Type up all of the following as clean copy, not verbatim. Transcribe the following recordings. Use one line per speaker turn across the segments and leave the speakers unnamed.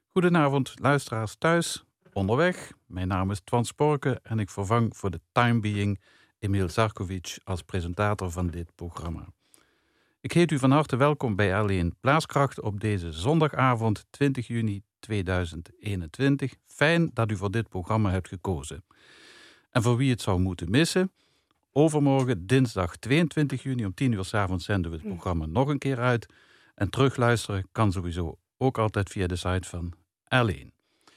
Goedenavond, luisteraars thuis, onderweg. Mijn naam is Twan Sporke en ik vervang voor de time being Emil Zarkovic als presentator van dit programma. Ik heet u van harte welkom bij Alleen Blaaskracht op deze zondagavond 20 juni 2021. Fijn dat u voor dit programma hebt gekozen. En voor wie het zou moeten missen, overmorgen dinsdag 22 juni om 10 uur 's avonds zenden we het programma nog een keer uit. En terugluisteren kan sowieso ook altijd via de site van Alleen.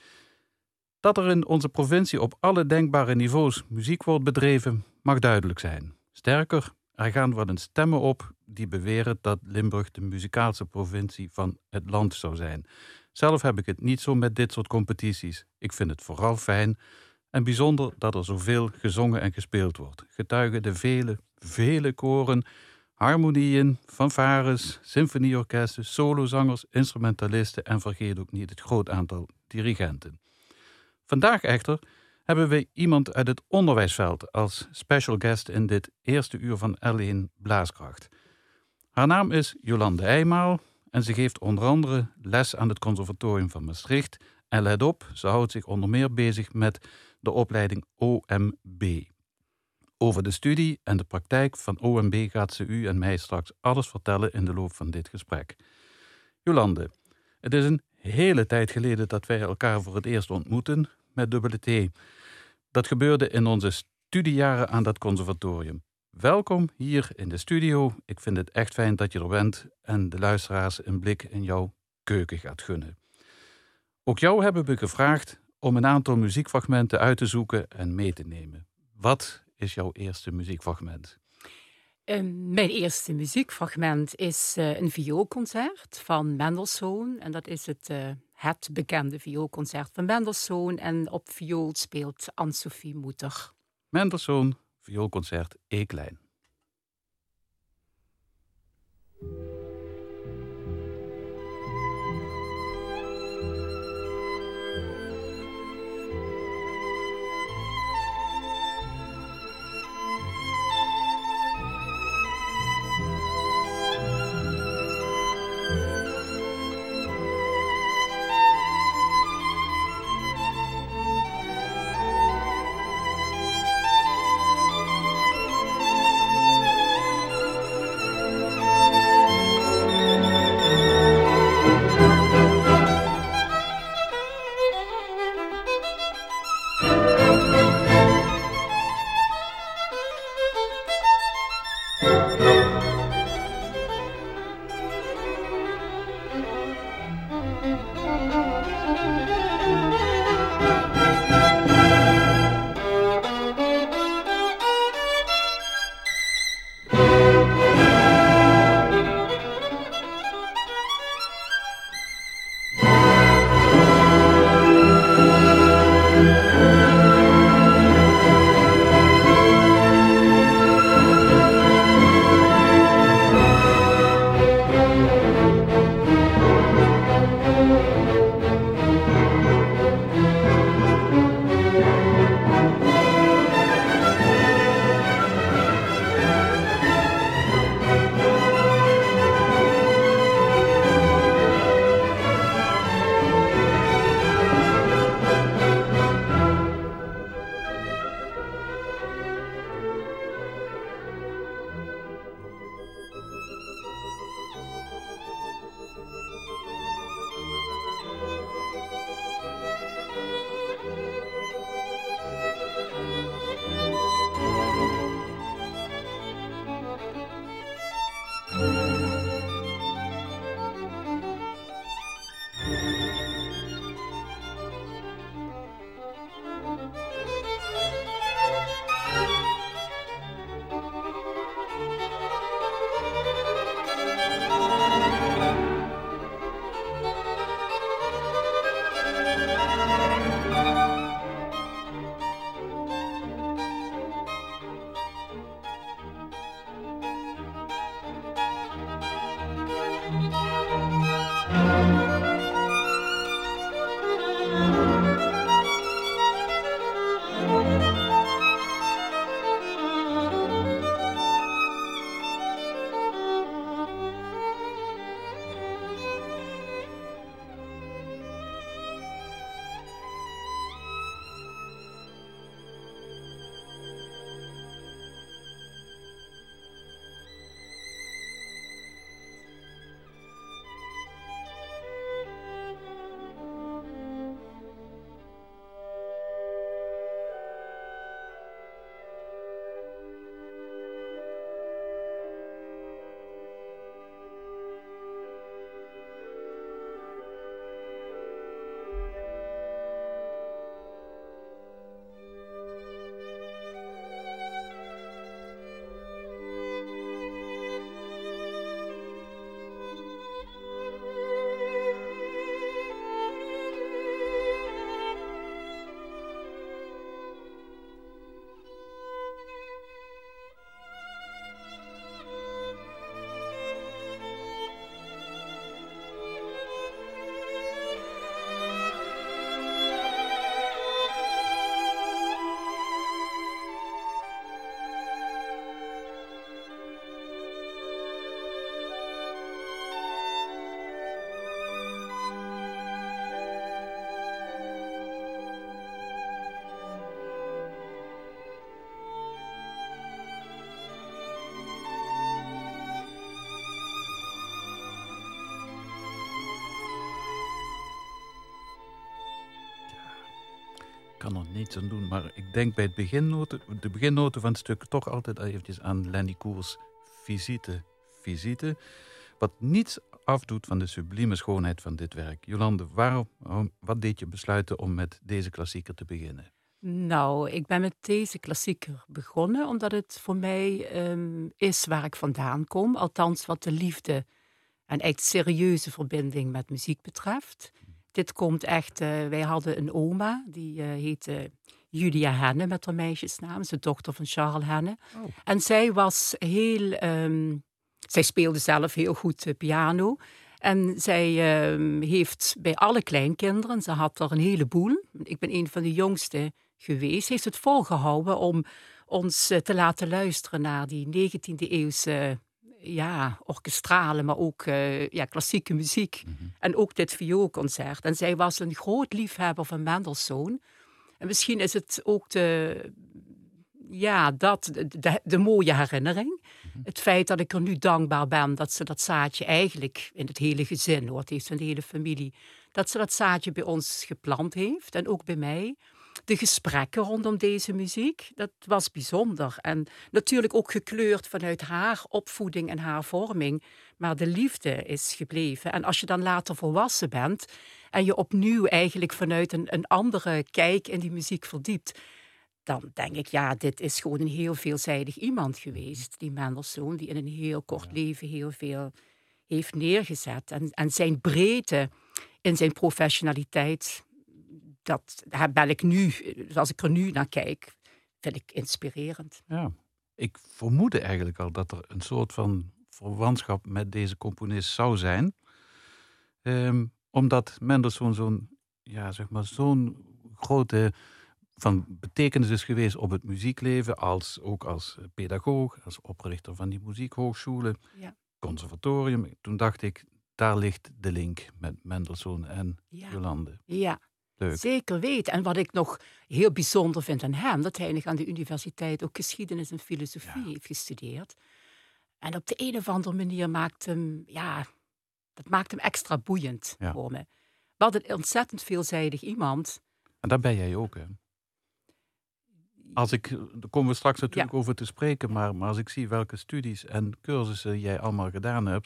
Dat er in onze provincie op alle denkbare niveaus muziek wordt bedreven, mag duidelijk zijn. Sterker, er gaan wel eens stemmen op die beweren dat Limburg de muzikaalste provincie van het land zou zijn. Zelf heb ik het niet zo met dit soort competities. Ik vind het vooral fijn en bijzonder dat er zoveel gezongen en gespeeld wordt. Getuigen de vele koren, harmonieën, fanfares, symfonieorkesten, solozangers, instrumentalisten en vergeet ook niet het groot aantal dirigenten. Vandaag echter hebben we iemand uit het onderwijsveld als special guest in dit eerste uur van Alleen Blaaskracht. Haar naam is Jolande Eymael en ze geeft onder andere les aan het Conservatorium van Maastricht. En let op, ze houdt zich onder meer bezig met de opleiding OMB. Over de studie en de praktijk van OMB gaat ze u en mij straks alles vertellen in de loop van dit gesprek. Jolande, het is een hele tijd geleden dat wij elkaar voor het eerst ontmoeten met dubbele T. Dat gebeurde in onze studiejaren aan dat conservatorium. Welkom hier in de studio. Ik vind het echt fijn dat je er bent en de luisteraars een blik in jouw keuken gaat gunnen. Ook jou hebben we gevraagd om een aantal muziekfragmenten uit te zoeken en mee te nemen. Wat is jouw eerste muziekfragment?
Mijn eerste muziekfragment is een vioolconcert van Mendelssohn. En dat is het bekende vioolconcert van Mendelssohn. En op viool speelt Anne-Sophie Mutter.
Mendelssohn, vioolconcert E-klein. kan er niets aan doen, maar ik denk bij de beginnoten van het stuk toch altijd eventjes aan Lenny Koers Visite. Wat niets afdoet van de sublieme schoonheid van dit werk. Jolande, wat deed je besluiten om met deze klassieker te beginnen?
Nou, ik ben met deze klassieker begonnen omdat het voor mij is waar ik vandaan kom. Althans, wat de liefde en echt serieuze verbinding met muziek betreft. Dit komt echt... wij hadden een oma, die heette Julia Henne met haar meisjesnaam. Ze is de dochter van Charles Henne.
Oh.
En zij was heel... zij speelde zelf heel goed piano. En zij heeft bij alle kleinkinderen, ze had er een heleboel. Ik ben een van de jongste geweest. Heeft het volgehouden om ons te laten luisteren naar die 19e eeuwse orkestrale, maar ook klassieke muziek.
Mm-hmm.
En ook dit vioolconcert. En zij was een groot liefhebber van Mendelssohn. En misschien is het ook de mooie herinnering. Mm-hmm. Het feit dat ik er nu dankbaar ben dat ze dat zaadje eigenlijk in het hele gezin, hoor, het heeft van de hele familie, dat ze dat zaadje bij ons geplant heeft en ook bij mij. De gesprekken rondom deze muziek, dat was bijzonder. En natuurlijk ook gekleurd vanuit haar opvoeding en haar vorming. Maar de liefde is gebleven. En als je dan later volwassen bent en je opnieuw eigenlijk vanuit een andere kijk in die muziek verdiept, dan denk ik, dit is gewoon een heel veelzijdig iemand geweest. Die Mendelssohn, die in een heel kort leven heel veel heeft neergezet. En zijn breedte in zijn professionaliteit, dat ben ik nu, als ik er nu naar kijk, vind ik inspirerend.
Ja, ik vermoedde eigenlijk al dat er een soort van verwantschap met deze componist zou zijn. Omdat Mendelssohn zo'n grote van betekenis is geweest op het muziekleven, ook als pedagoog, als oprichter van die muziekhogescholen, conservatorium. Toen dacht ik, daar ligt de link met Mendelssohn en Jolande.
Ja.
Leuk.
Zeker weten. En wat ik nog heel bijzonder vind aan hem, dat hij nog aan de universiteit ook geschiedenis en filosofie heeft gestudeerd. En op de een of andere manier maakt hem extra boeiend voor me. Wat een ontzettend veelzijdig iemand.
En daar ben jij ook, hè? Daar komen we straks natuurlijk over te spreken, maar als ik zie welke studies en cursussen jij allemaal gedaan hebt,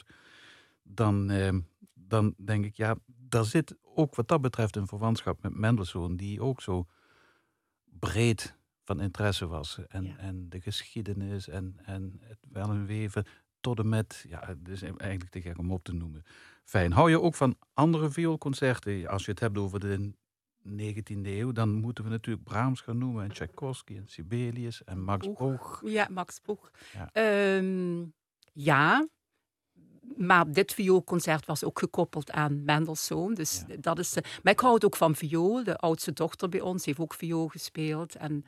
dan denk ik, daar zit ook wat dat betreft een verwantschap met Mendelssohn, die ook zo breed van interesse was. En de geschiedenis en het wel en weven tot en met, het is eigenlijk te gek om op te noemen. Fijn. Hou je ook van andere vioolconcerten? Als je het hebt over de 19e eeuw, dan moeten we natuurlijk Brahms gaan noemen en Tchaikovsky en Sibelius en Max Bruch.
Ja, Max Bruch. Maar dit vioolconcert was ook gekoppeld aan Mendelssohn. Dus dat is. Maar ik hou het ook van viool. De oudste dochter bij ons heeft ook viool gespeeld. En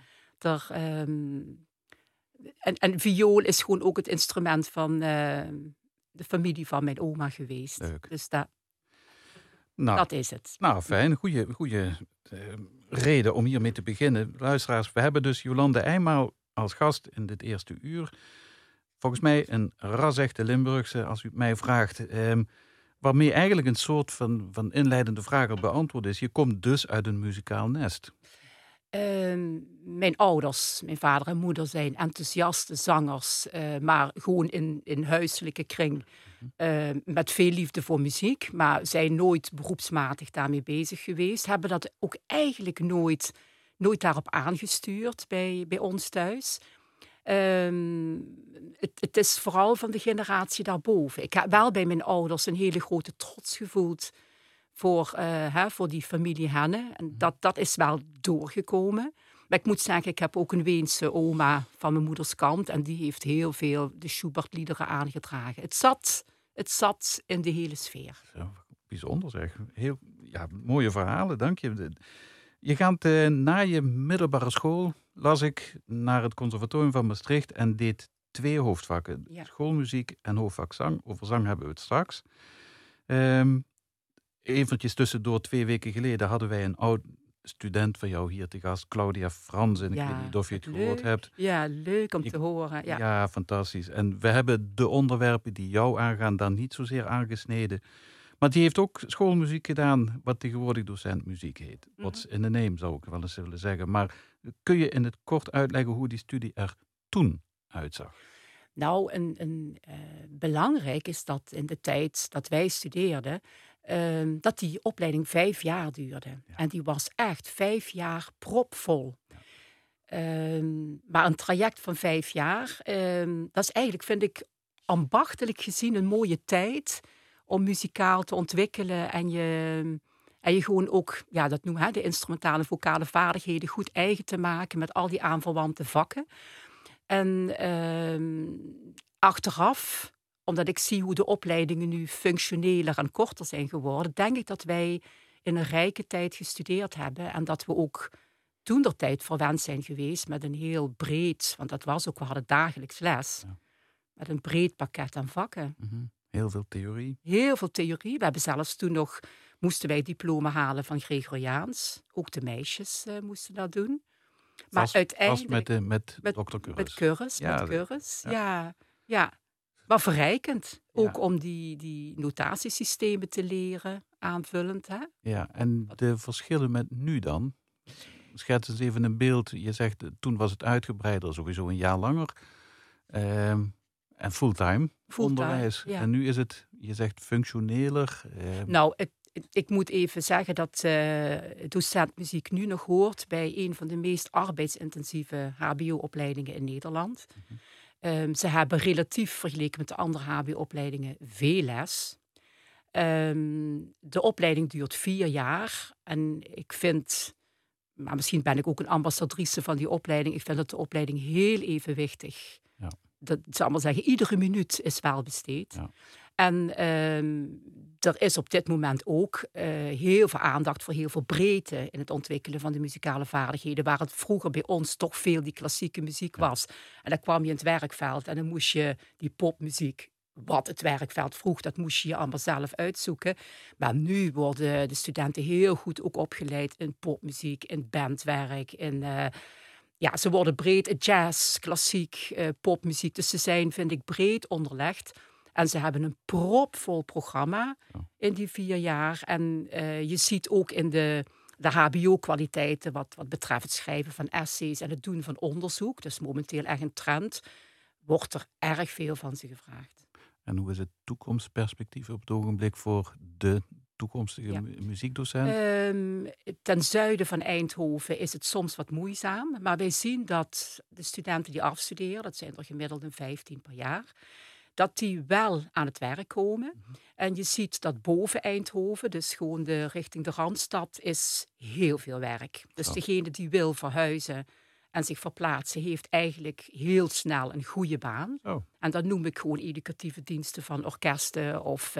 viool is gewoon ook het instrument van de familie van mijn oma geweest.
Leuk.
Dus dat is het.
Nou, fijn. Goeie reden om hiermee te beginnen. Luisteraars, we hebben dus Jolande Eijmaal als gast in dit eerste uur. Volgens mij een ras-echte Limburgse, als u het mij vraagt. Waarmee eigenlijk een soort van inleidende vraag al beantwoord is. Je komt dus uit een muzikaal nest.
Mijn ouders, mijn vader en moeder, zijn enthousiaste zangers. Maar gewoon in huiselijke kring. Met veel liefde voor muziek. Maar zijn nooit beroepsmatig daarmee bezig geweest. Hebben dat ook eigenlijk nooit daarop aangestuurd bij ons thuis. Het is vooral van de generatie daarboven. Ik heb wel bij mijn ouders een hele grote trots gevoeld voor die familie Henne. En dat is wel doorgekomen. Maar ik moet zeggen, ik heb ook een Weense oma van mijn moeders kant. En die heeft heel veel de Schubert-liederen aangedragen. Het zat in de hele sfeer.
Zo, bijzonder zeg. Heel mooie verhalen, dank je. Je gaat na je middelbare school, las ik, naar het conservatorium van Maastricht en deed 2 hoofdvakken. Schoolmuziek en hoofdvak zang. Over zang hebben we het straks. Eventjes tussendoor, 2 weken geleden hadden wij een oud student van jou hier te gast, Claudia Frans. En ik weet niet of je het gehoord hebt.
Ja, leuk om te horen.
Ja, fantastisch. En we hebben de onderwerpen die jou aangaan dan niet zozeer aangesneden. Maar die heeft ook schoolmuziek gedaan, wat tegenwoordig docent muziek heet. What's in the name, zou ik wel eens willen zeggen. Maar kun je in het kort uitleggen hoe die studie er toen uitzag?
Nou, belangrijk is dat in de tijd dat wij studeerden, dat die opleiding 5 jaar duurde.
Ja.
En die was echt 5 jaar propvol. Maar een traject van 5 jaar, dat is eigenlijk, vind ik, ambachtelijk gezien een mooie tijd om muzikaal te ontwikkelen en je gewoon ook, ja, dat noemen we de instrumentale vocale vaardigheden goed eigen te maken met al die aanverwante vakken. En achteraf, omdat ik zie hoe de opleidingen nu functioneler en korter zijn geworden, denk ik dat wij in een rijke tijd gestudeerd hebben en dat we ook toentertijd verwend zijn geweest met een heel breed, want dat was ook, we hadden dagelijks les, met een breed pakket aan vakken.
Heel veel theorie.
Heel veel theorie. We hebben zelfs toen nog, moesten wij diploma halen van Gregoriaans. Ook de meisjes moesten dat doen. Maar uiteindelijk
met dokter Curris.
Met Curris,
Ja,
met Curris. Ja. Maar verrijkend. Ook om die notatiesystemen te leren, aanvullend. Hè?
Ja, en de verschillen met nu dan? Schets eens even een beeld. Je zegt, toen was het uitgebreider, sowieso een jaar langer. En fulltime onderwijs.
Ja.
En nu is het, je zegt, functioneler.
Nou, ik moet even zeggen dat docent muziek nu nog hoort bij een van de meest arbeidsintensieve hbo-opleidingen in Nederland. Ze hebben relatief vergeleken met de andere hbo-opleidingen veel les. De opleiding duurt 4 jaar. En ik vind, maar misschien ben ik ook een ambassadrice van die opleiding, ik vind dat de opleiding heel evenwichtig. Ja. Dat zou maar zeggen, iedere minuut is wel besteed. Ja. En er is op dit moment ook heel veel aandacht voor heel veel breedte in het ontwikkelen van de muzikale vaardigheden, waar het vroeger bij ons toch veel die klassieke muziek was. En dan kwam je in het werkveld en dan moest je die popmuziek, wat het werkveld vroeg, dat moest je allemaal zelf uitzoeken. Maar nu worden de studenten heel goed ook opgeleid in popmuziek, in bandwerk, ze worden breed, jazz, klassiek, popmuziek. Dus ze zijn, vind ik, breed onderlegd. En ze hebben een propvol programma in die 4 jaar. En je ziet ook in de hbo-kwaliteiten wat betreft het schrijven van essays en het doen van onderzoek. Dus momenteel echt een trend. Wordt er erg veel van ze gevraagd.
En hoe is het toekomstperspectief op het ogenblik voor de toekomstige muziekdocent?
Ten zuiden van Eindhoven is het soms wat moeizaam. Maar wij zien dat de studenten die afstuderen, dat zijn er gemiddeld een 15 per jaar, dat die wel aan het werk komen. En je ziet dat boven Eindhoven, dus gewoon richting de Randstad, is heel veel werk. Dus degene die wil verhuizen en zich verplaatsen, heeft eigenlijk heel snel een goede baan. En dan noem ik gewoon educatieve diensten van orkesten of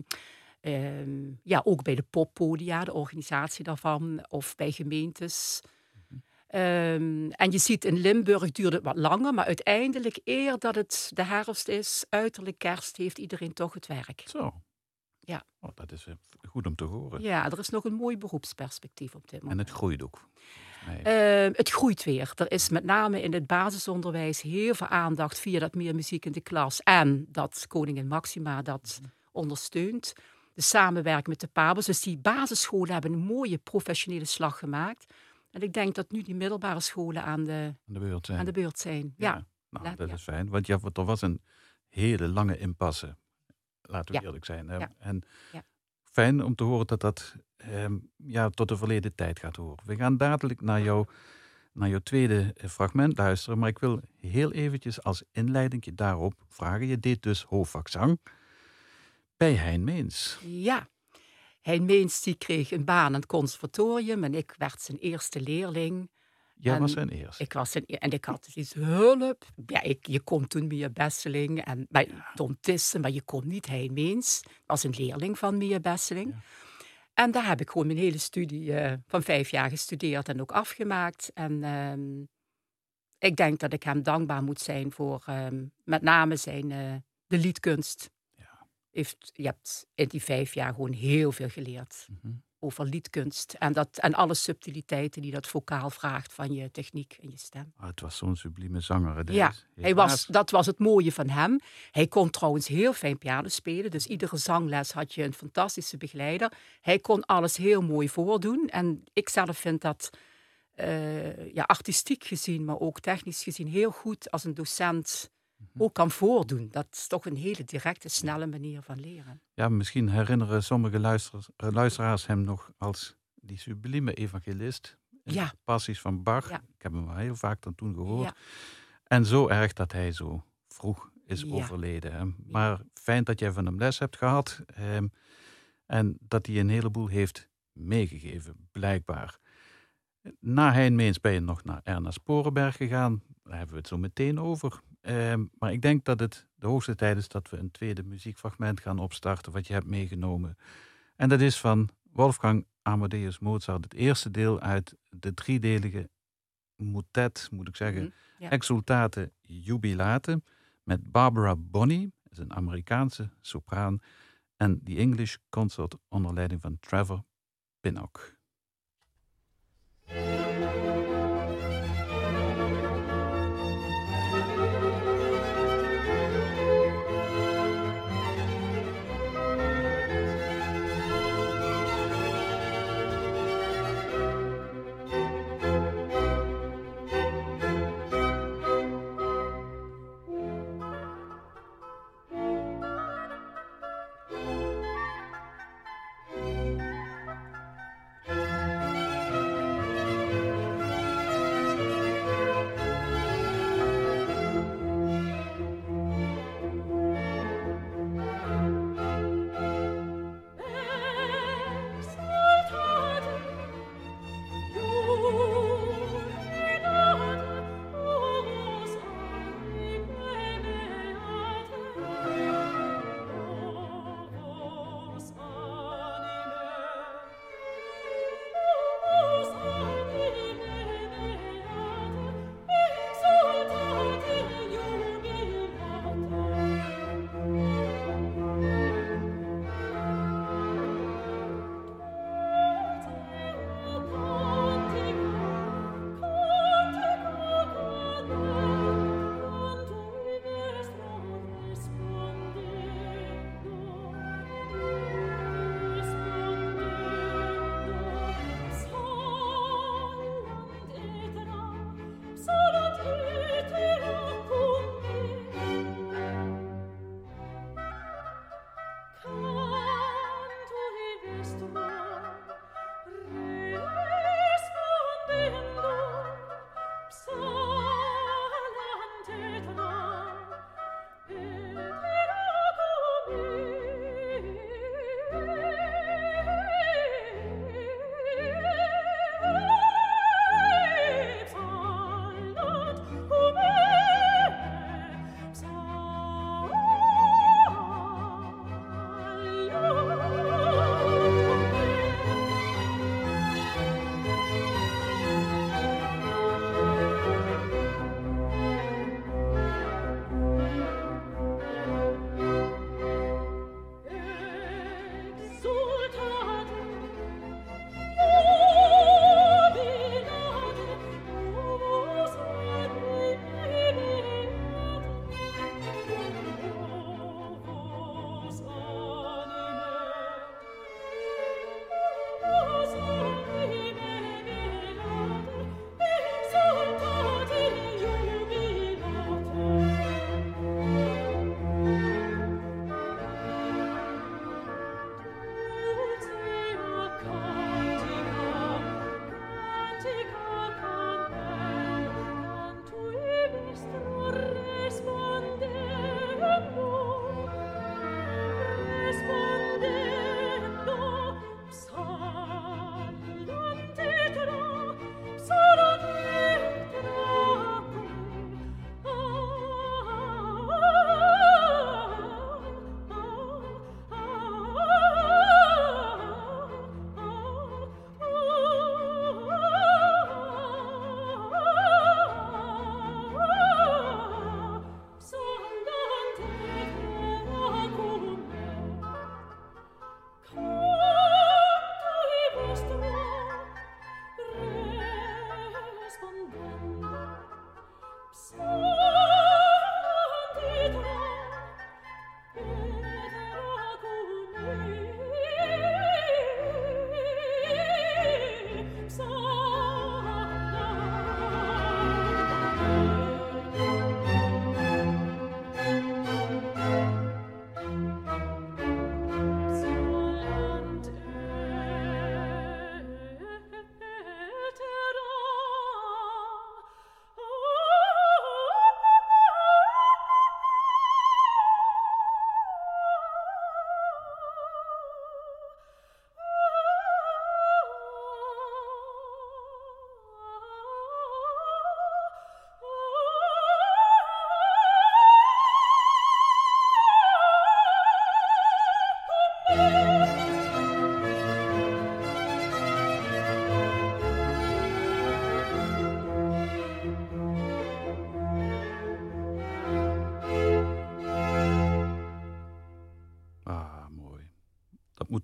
ook bij de poppodia, de organisatie daarvan, of bij gemeentes. En je ziet in Limburg duurt het wat langer, maar uiteindelijk, eer dat het de herfst is, uiterlijk kerst, heeft iedereen toch het werk.
Zo.
Ja.
Oh, dat is goed om te horen.
Ja, er is nog een mooi beroepsperspectief op dit moment.
En het groeit ook.
Het groeit weer. Er is met name in het basisonderwijs heel veel aandacht via dat meer muziek in de klas en dat Koningin Maxima dat ondersteunt. De samenwerking met de PABO's. Dus die basisscholen hebben een mooie professionele slag gemaakt. En ik denk dat nu die middelbare scholen aan de beurt zijn. Ja.
Nou, dat is fijn. Want er was een hele lange impasse. Laten we eerlijk zijn.
Ja.
En fijn om te horen dat tot de verleden tijd gaat horen. We gaan dadelijk naar jouw tweede fragment luisteren. Maar ik wil heel eventjes als inleiding daarop vragen. Je deed dus hoofdvakzang bij Hein Meens.
Ja. Hein Meens die kreeg een baan aan het conservatorium en ik werd zijn eerste leerling.
Jij was zijn eerste?
En ik had iets hulp. Ja, je kon toen Mia Besseling en Tom Tissen, maar je kon niet Hein Meens. Was een leerling van Mia Besseling. Ja. En daar heb ik gewoon mijn hele studie van 5 jaar gestudeerd en ook afgemaakt. En ik denk dat ik hem dankbaar moet zijn voor met name de liedkunst. Je hebt in die 5 jaar gewoon heel veel geleerd. over liedkunst. En alle subtiliteiten die dat vocaal vraagt van je techniek en je stem.
Het was zo'n sublieme zanger.
Ja, dat was het mooie van hem. Hij kon trouwens heel fijn piano spelen. Dus iedere zangles had je een fantastische begeleider. Hij kon alles heel mooi voordoen. En ik zelf vind dat artistiek gezien, maar ook technisch gezien heel goed als een docent ook kan voordoen. Dat is toch een hele directe, snelle manier van leren.
Ja, misschien herinneren sommige luisteraars hem nog als die sublieme evangelist.
Ja.
Passies van Bach.
Ja.
Ik heb hem wel heel vaak dan toen gehoord.
Ja.
En zo erg dat hij zo vroeg is overleden. Hè. Maar fijn dat jij van hem les hebt gehad. En dat hij een heleboel heeft meegegeven, blijkbaar. Na Hein-Meens ben je nog naar Erna Sporenberg gegaan. Daar hebben we het zo meteen over. Maar ik denk dat het de hoogste tijd is dat we een tweede muziekfragment gaan opstarten wat je hebt meegenomen. En dat is van Wolfgang Amadeus Mozart. Het eerste deel uit de driedelige motet, moet ik zeggen, Exultate Jubilate, met Barbara Bonney, dat is een Amerikaanse sopraan, en The English Consort onder leiding van Trevor Pinnock.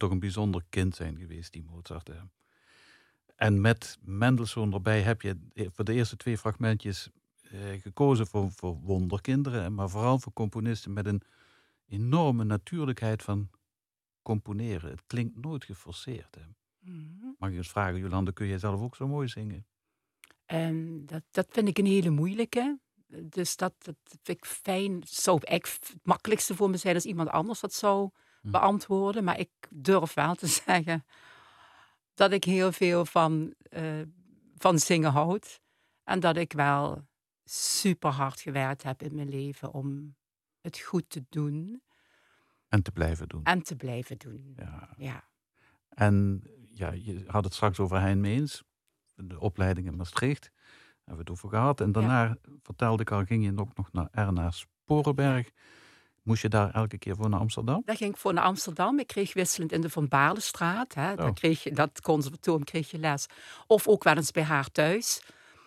toch een bijzonder kind zijn geweest, die Mozart. En met Mendelssohn erbij heb je voor de eerste 2 fragmentjes gekozen voor wonderkinderen, maar vooral voor componisten met een enorme natuurlijkheid van componeren. Het klinkt nooit geforceerd. Hè?
Mhm.
Mag ik eens vragen, Jolande, kun jij zelf ook zo mooi zingen?
Dat vind ik een hele moeilijke. Dus dat vind ik fijn. Het zou eigenlijk het makkelijkste voor me zijn als iemand anders dat zou beantwoorden. Maar ik durf wel te zeggen dat ik heel veel van zingen houd. En dat ik wel super hard gewerkt heb in mijn leven om het goed te doen.
En te blijven doen.
En te blijven doen. Ja.
En ja, je had het straks over Hein Meens, de opleiding in Maastricht. Daar hebben we het over gehad. En daarna, vertelde ik al, ging je nog naar Erna Sporenberg. Moest je daar elke keer voor naar Amsterdam?
Daar ging ik voor naar Amsterdam. Ik kreeg wisselend in de Van Baarlestraat. Dat conservatorium kreeg je les. Of ook wel eens bij haar thuis.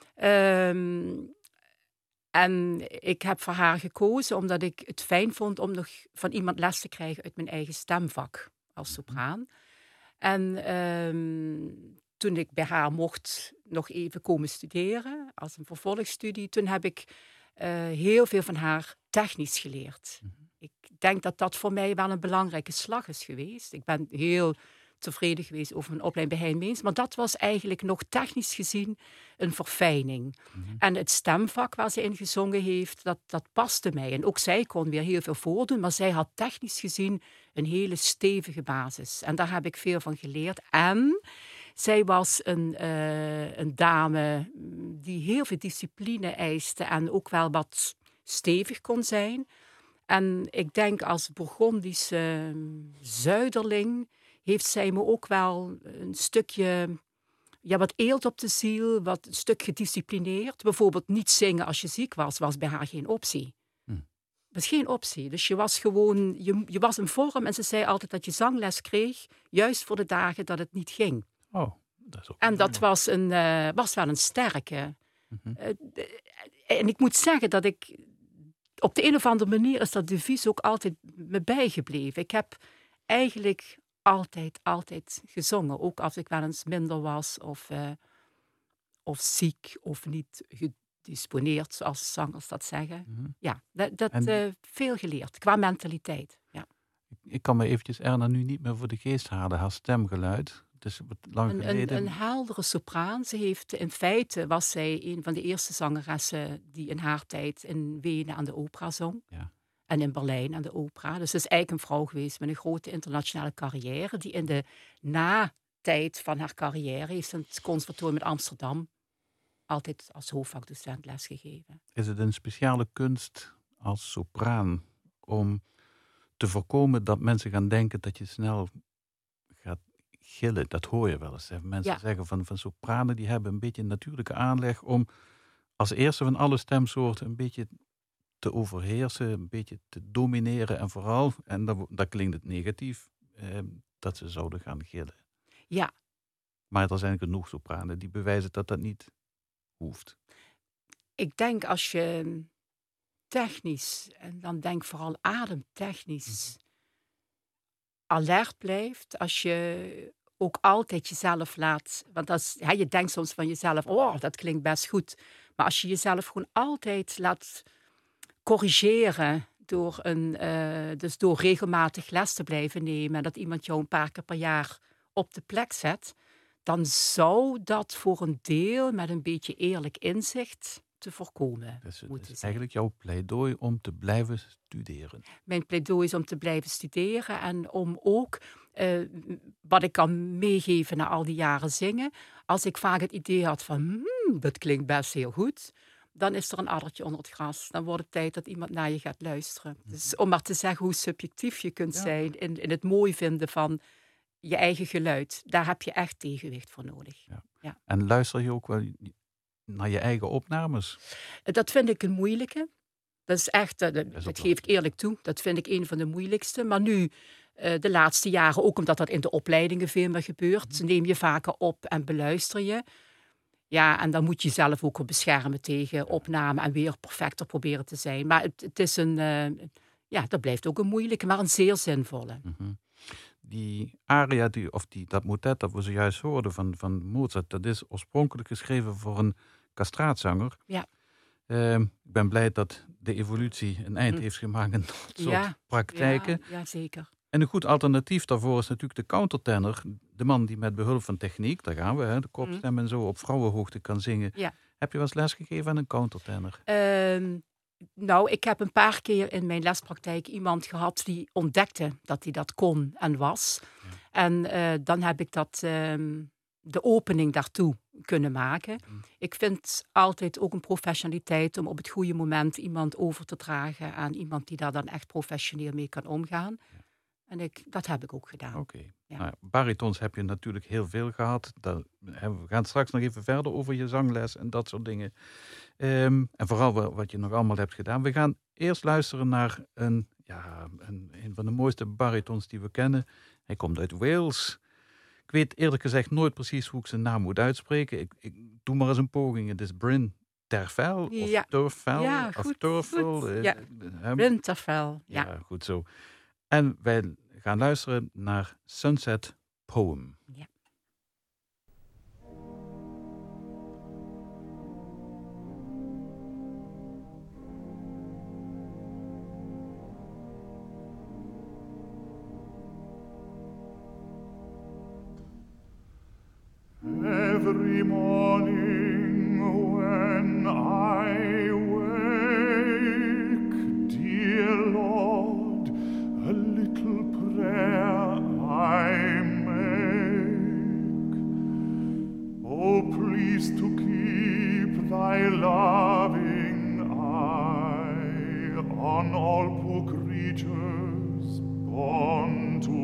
En ik heb voor haar gekozen omdat ik het fijn vond om nog van iemand les te krijgen uit mijn eigen stemvak als sopraan. En toen ik bij haar mocht nog even komen studeren als een vervolgstudie, toen heb ik heel veel van haar technisch geleerd. Ik denk dat dat voor mij wel een belangrijke slag is geweest. Ik ben heel tevreden geweest over mijn opleiding bij Hein Meens, maar dat was eigenlijk nog technisch gezien een verfijning. En het stemvak waar ze in gezongen heeft, dat paste mij. En ook zij kon weer heel veel voordoen, maar zij had technisch gezien een hele stevige basis. En daar heb ik veel van geleerd. En zij was een dame die heel veel discipline eiste en ook wel wat stevig kon zijn. En ik denk als Bourgondische zuiderling heeft zij me ook wel een stukje, wat eelt op de ziel, een stuk gedisciplineerd. Bijvoorbeeld niet zingen als je ziek was bij haar geen optie. Dat was geen optie. Dus je was gewoon, je was in vorm en ze zei altijd dat je zangles kreeg, juist voor de dagen dat het niet ging.
Oh, dat is ook
en dat was wel een sterke. En ik moet zeggen dat ik, op de een of andere manier is dat devies ook altijd me bijgebleven. Ik heb eigenlijk altijd gezongen. Ook als ik wel eens minder was of ziek of niet gedisponeerd, zoals zangers dat zeggen. Ja, veel geleerd, qua mentaliteit. Ja.
Ik kan me eventjes Erna nu niet meer voor de geest halen, haar stemgeluid. Het is lang geleden.
Een heldere sopraan. In feite was zij een van de eerste zangeressen die in haar tijd in Wenen aan de opera zong.
Ja.
En in Berlijn aan de opera. Dus het is eigenlijk een vrouw geweest met een grote internationale carrière. Die in de na-tijd van haar carrière heeft in het conservatorium in Amsterdam altijd als hoofdvakdocent lesgegeven.
Is het een speciale kunst als sopraan om te voorkomen dat mensen gaan denken dat je snel gaat gillen? Dat hoor je wel eens. Mensen zeggen van sopranen die hebben een beetje een natuurlijke aanleg om als eerste van alle stemsoorten een beetje te overheersen, een beetje te domineren en vooral, en dat klinkt het negatief, dat ze zouden gaan gillen.
Ja.
Maar er zijn genoeg sopranen die bewijzen dat dat niet hoeft.
Ik denk als je technisch, en dan denk vooral ademtechnisch, alert blijft, als je ook altijd jezelf laat, want je denkt soms van jezelf, oh, dat klinkt best goed, maar als je jezelf gewoon altijd laat corrigeren dus door regelmatig les te blijven nemen en dat iemand jou een paar keer per jaar op de plek zet, dan zou dat voor een deel met een beetje eerlijk inzicht te voorkomen moeten zijn.
Eigenlijk jouw pleidooi om te blijven studeren.
Mijn pleidooi is om te blijven studeren en om ook, wat ik kan meegeven na al die jaren zingen, als ik vaak het idee had van, dat klinkt best heel goed, dan is er een addertje onder het gras. Dan wordt het tijd dat iemand naar je gaat luisteren. Dus om maar te zeggen hoe subjectief je kunt zijn in het mooi vinden van je eigen geluid. Daar heb je echt tegenwicht voor nodig. Ja.
En luister je ook wel naar je eigen opnames?
Dat vind ik een moeilijke. Dat is echt, dat geef ik eerlijk toe. Dat vind ik een van de moeilijkste. Maar nu, de laatste jaren, ook omdat dat in de opleidingen veel meer gebeurt, neem je vaker op en beluister je. Ja, en dan moet je jezelf ook wel beschermen tegen opname en weer perfecter proberen te zijn. Maar het is dat blijft ook een moeilijke, maar een zeer zinvolle.
die aria, dat motet dat we zojuist hoorden van Mozart, dat is oorspronkelijk geschreven voor een castraatzanger.
Ja.
Ik ben blij dat de evolutie een eind heeft gemaakt aan dat soort praktijken.
Ja, zeker.
En een goed alternatief daarvoor is natuurlijk de countertenor. De man die met behulp van techniek, daar gaan we, de kopstem en zo, op vrouwenhoogte kan zingen.
Ja.
Heb je wel eens lesgegeven aan een countertenor?
Nou, ik heb een paar keer in mijn lespraktijk iemand gehad die ontdekte dat hij dat kon en was. Ja. En dan heb ik de opening daartoe kunnen maken. Ik vind altijd ook een professionaliteit om op het goede moment iemand over te dragen aan iemand die daar dan echt professioneel mee kan omgaan. Ja. En dat heb ik ook gedaan.
Oké. Ja. Nou, baritons heb je natuurlijk heel veel gehad. We gaan straks nog even verder over je zangles en dat soort dingen. En vooral wat je nog allemaal hebt gedaan. We gaan eerst luisteren naar een van de mooiste baritons die we kennen. Hij komt uit Wales. Ik weet eerlijk gezegd nooit precies hoe ik zijn naam moet uitspreken. Ik doe maar eens een poging. Het is Bryn Terfel of Terfel?
Ja,
of
goed.
Terfel.
Bryn Terfel,
ja, goed zo. En wij gaan luisteren naar Sunset Poem.
Ja.
Every morning when I wake, dear Lord, a little prayer I make. Oh, please to keep thy loving eye on all poor creatures born to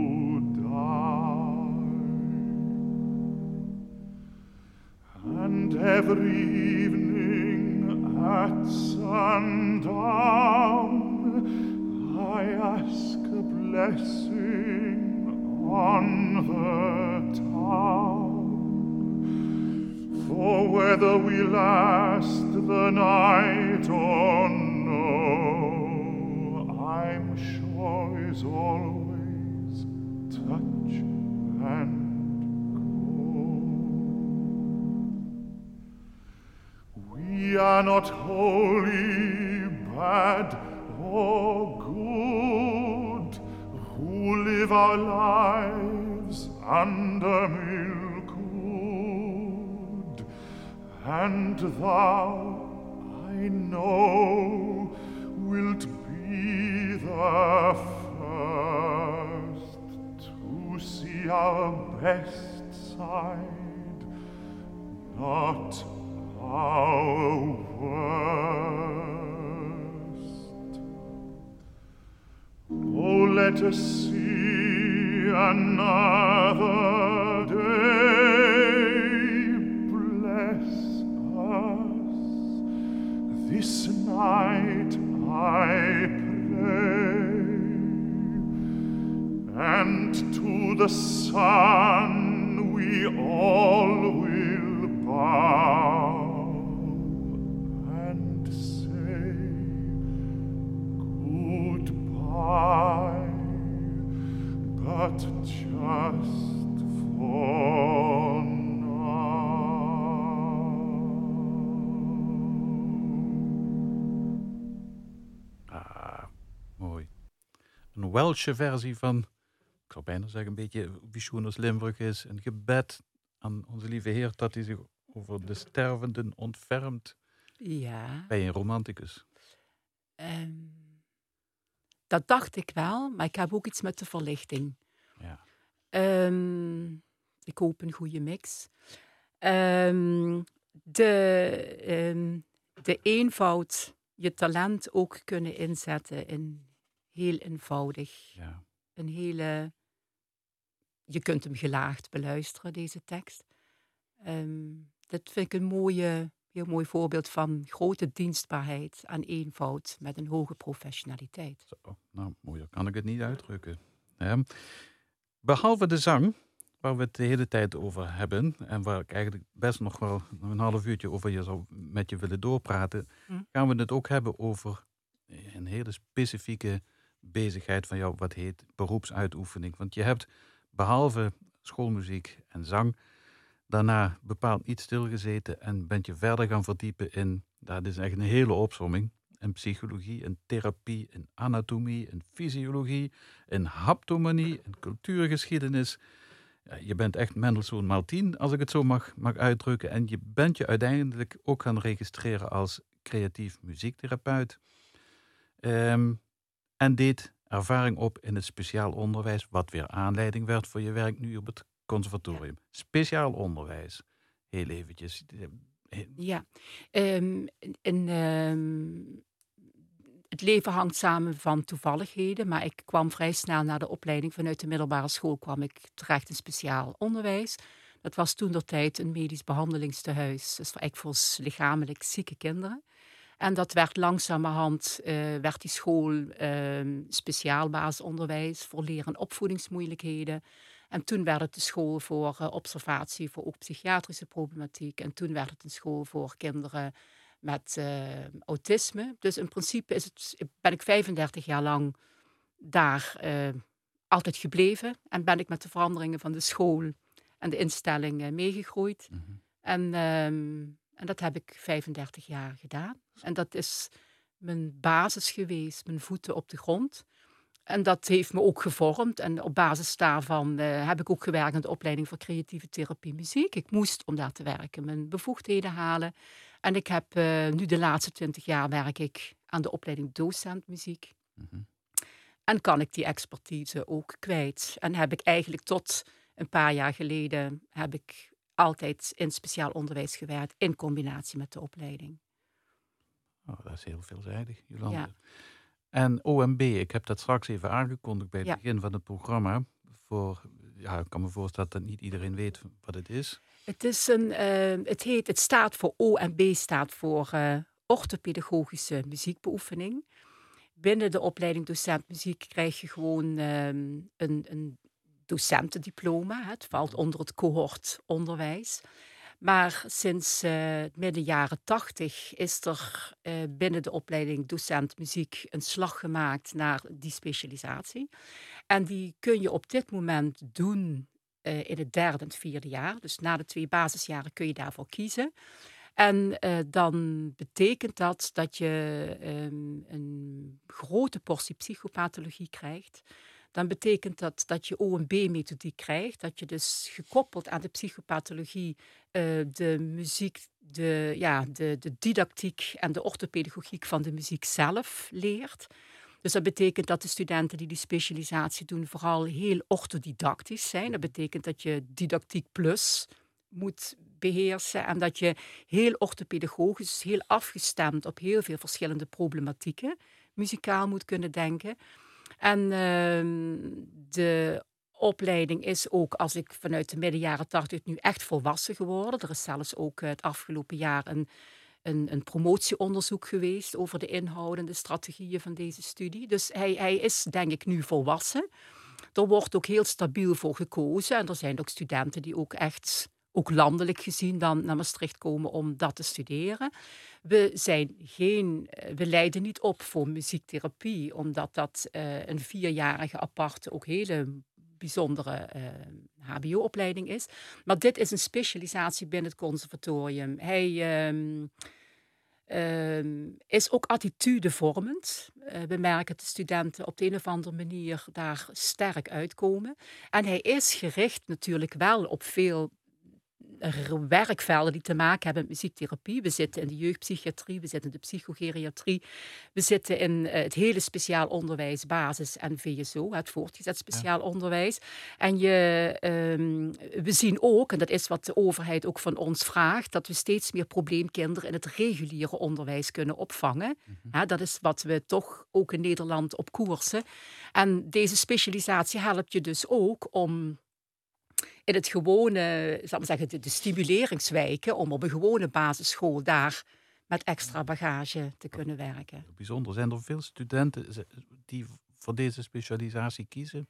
and every evening at sundown I ask a blessing on the town. For whether we last the night or no, I'm sure is always touch and we are not wholly bad or good, who live our lives under milkwood. And thou, I know, wilt be the first to see our best side, not our worst. Oh, let us see another day. Bless us this night, I pray, and to the sun we all will bow. But just for
now. Mooi. Een Welsche versie van, ik zou bijna zeggen, een beetje wie Schoeners Limburg is. Een gebed aan onze lieve Heer dat hij zich over de stervenden ontfermt.
Ja.
Ben je een romanticus?
Dat dacht ik wel, maar ik heb ook iets met de verlichting.
Ja.
Ik hoop een goede mix. De eenvoud, je talent ook kunnen inzetten in heel eenvoudig.
Ja.
Je kunt hem gelaagd beluisteren, deze tekst. Dat vind ik een heel mooi voorbeeld van grote dienstbaarheid en eenvoud met een hoge professionaliteit.
Zo, nou, mooier kan ik het niet uitdrukken. Behalve de zang, waar we het de hele tijd over hebben, en waar ik eigenlijk best nog wel een half uurtje over met je willen doorpraten, gaan we het ook hebben over een hele specifieke bezigheid van jou wat heet beroepsuitoefening. Want je hebt behalve schoolmuziek en zang daarna bepaald niet stilgezeten en bent je verder gaan verdiepen in, dat is echt een hele opsomming, in psychologie, in therapie, in anatomie, in fysiologie, in haptomanie, in cultuurgeschiedenis. Ja, je bent echt Mendelssohn maal 10, als ik het zo mag uitdrukken. En je bent je uiteindelijk ook gaan registreren als creatief muziektherapeut. En deed ervaring op in het speciaal onderwijs, wat weer aanleiding werd voor je werk nu op het conservatorium. Speciaal onderwijs. Heel eventjes.
Ja, het leven hangt samen van toevalligheden, maar ik kwam vrij snel na de opleiding vanuit de middelbare school kwam ik terecht in speciaal onderwijs. Dat was toentertijd een medisch behandelingstehuis, dus eigenlijk voor lichamelijk zieke kinderen. En dat werd langzamerhand, werd die school speciaal basisonderwijs voor leer- en opvoedingsmoeilijkheden. En toen werd het de school voor observatie, voor ook psychiatrische problematiek. En toen werd het een school voor kinderen met autisme. Dus in principe ben ik 35 jaar lang daar altijd gebleven. En ben ik met de veranderingen van de school en de instelling meegegroeid.
Mm-hmm.
En dat heb ik 35 jaar gedaan. En dat is mijn basis geweest, mijn voeten op de grond. En dat heeft me ook gevormd. En op basis daarvan heb ik ook gewerkt aan de opleiding voor creatieve therapie muziek. Ik moest, om daar te werken, mijn bevoegdheden halen. En ik heb nu de laatste 20 jaar werk ik aan de opleiding docent muziek.
Mm-hmm.
En kan ik die expertise ook kwijt. En heb ik eigenlijk tot een paar jaar geleden heb ik altijd in speciaal onderwijs gewerkt in combinatie met de opleiding.
Oh, dat is heel veelzijdig, Jolande.
Ja.
En OMB, ik heb dat straks even aangekondigd bij het
Ja.
begin van het programma. Ik kan me voorstellen dat niet iedereen weet wat het is.
Het staat voor OMB, staat voor orthopedagogische muziekbeoefening. Binnen de opleiding docent muziek krijg je gewoon een docentendiploma. Het valt onder het cohort onderwijs. Maar sinds midden jaren 80 is er binnen de opleiding docent muziek een slag gemaakt naar die specialisatie. En die kun je op dit moment doen in het 3e en het 4e jaar. Dus na de 2 basisjaren kun je daarvoor kiezen. En dan betekent dat je een grote portie psychopathologie krijgt. Dan betekent dat je OMB-methodiek krijgt. Dat je dus gekoppeld aan de psychopathologie de muziek, de didactiek en de orthopedagogiek van de muziek zelf leert. Dus dat betekent dat de studenten die specialisatie doen vooral heel orthodidactisch zijn. Dat betekent dat je didactiek plus moet beheersen en dat je heel orthopedagogisch, heel afgestemd op heel veel verschillende problematieken muzikaal moet kunnen denken. En de opleiding is ook, als ik vanuit de midden jaren 80 nu echt volwassen geworden. Er is zelfs ook het afgelopen jaar een promotieonderzoek geweest over de inhoud en de strategieën van deze studie. Dus hij is, denk ik, nu volwassen. Er wordt ook heel stabiel voor gekozen. En er zijn ook studenten die ook echt, ook landelijk gezien, dan naar Maastricht komen om dat te studeren. We leiden niet op voor muziektherapie, omdat dat een 4-jarige aparte, ook hele bijzondere hbo-opleiding is. Maar dit is een specialisatie binnen het conservatorium. Hij is ook attitudevormend. We merken dat de studenten op de een of andere manier daar sterk uitkomen. En hij is gericht natuurlijk wel op veel werkvelden die te maken hebben met muziektherapie. We zitten in de jeugdpsychiatrie, we zitten in de psychogeriatrie, we zitten in het hele speciaal onderwijs, basis en VSO, het voortgezet speciaal onderwijs. En we zien ook, en dat is wat de overheid ook van ons vraagt, dat we steeds meer probleemkinderen in het reguliere onderwijs kunnen opvangen. Mm-hmm. Dat is wat we toch ook in Nederland op koersen. En deze specialisatie helpt je dus ook om in het gewone, zal ik maar zeggen, de stimuleringswijken, om op een gewone basisschool daar met extra bagage te kunnen werken.
Bijzonder. Zijn er veel studenten die voor deze specialisatie kiezen?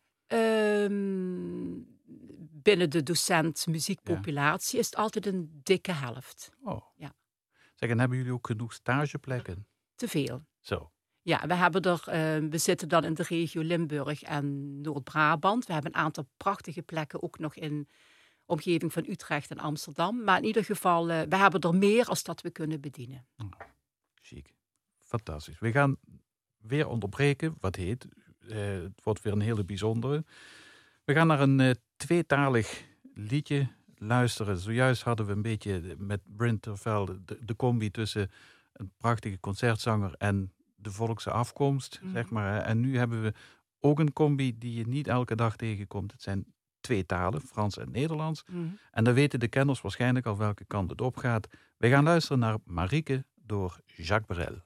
Binnen de docent-muziekpopulatie is het altijd een dikke helft.
Oh.
Ja.
Zeg, en hebben jullie ook genoeg stageplekken?
Te veel.
Zo.
Ja, we zitten dan in de regio Limburg en Noord-Brabant. We hebben een aantal prachtige plekken ook nog in omgeving van Utrecht en Amsterdam. Maar in ieder geval, we hebben er meer als dat we kunnen bedienen.
Chic. Fantastisch. We gaan weer onderbreken, wat heet. Het wordt weer een hele bijzondere. We gaan naar een tweetalig liedje luisteren. Zojuist hadden we een beetje met Bryn Terfel de combi tussen een prachtige concertzanger en de volkse afkomst, zeg maar. En nu hebben we ook een combi die je niet elke dag tegenkomt. Het zijn 2 talen, Frans en Nederlands. En dan weten de kenners waarschijnlijk al welke kant het op gaat. We gaan luisteren naar Marieke door Jacques Brel.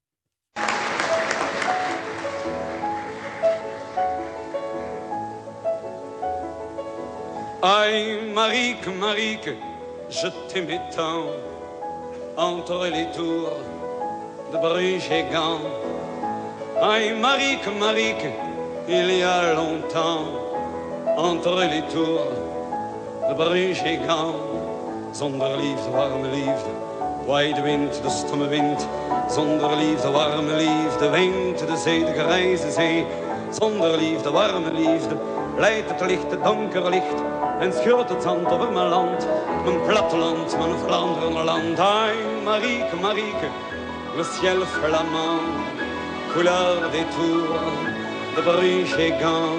Aïe, Marieke, Marieke, je t'aimais tant, entre les tours de Bruges et Gand. Aïe, Marieke, Marieke, il y a longtemps, entre les tours de Bruges et Gand. Zonder liefde, warme liefde, waait de wind, de stomme wind. Zonder liefde, warme liefde, weent de zee, de grijze zee. Zonder liefde, warme liefde, leidt het licht, het donkere licht. En scheurt het zand over mijn land, mijn platteland, mijn Vlaanderenland. Aïe, Marieke, Marieke, le ciel flamand, couleur des tours de Bruges et Gand.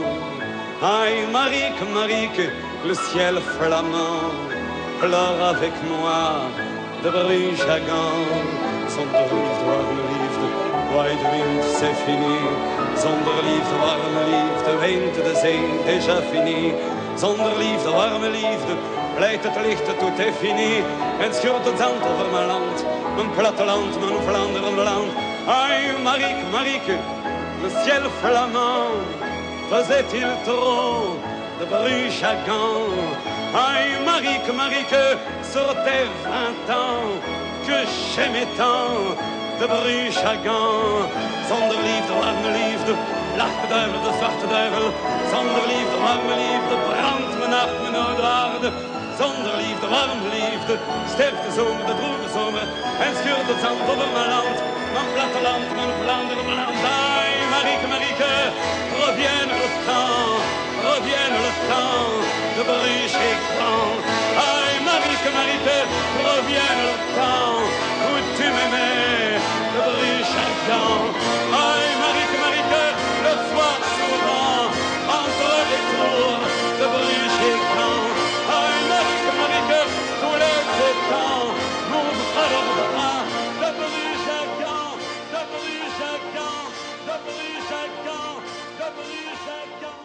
Aïe, Marieke, Marieke, le ciel flamand, pleure avec moi de Bruges à Gand. Zonder liefde, warme liefde, waait de wind, c'est fini. Zonder liefde, warme liefde, weent de zee, déjà fini. Zonder liefde, warme liefde, leidt het licht, tout est fini. En scheurt het zand over mijn land, mijn platteland, mijn Vlaanderenland. Aïe, Marieke, Marieke, le ciel flamand, faisait-il trop de Bruges à Gand? Aïe, Marieke, Marieke, sur tes 20 ans, que j'aimais tant de Bruges à Gand. Zonder liefde, warme liefde, lacht de duivel, de zwarte duivel. Zonder liefde, warme liefde, brandt mijn nacht, mijn oude aarde. Zonder liefde, warme liefde, sterft de zomer, de droeve zomer. En scheurt het zand over mijn land, mijn platteland, mijn Vlaanderen, mijn land. Aïe, Marieke, Marieke, revienne le temps, revienne le temps de Bruges et Gand. Aïe, Marieke, Marieke, revienne le temps où tu m'aimais de Bruges et Gand. Aïe, Marieke, Marieke, le soir souvent entre les tours de Bruges et Gand. Aïe, Marieke, Marieke, tous les étangs nous parlera de Bruges et Gand, de Bruges et Gand, de Bruges et Gand, de Bruges et Gand.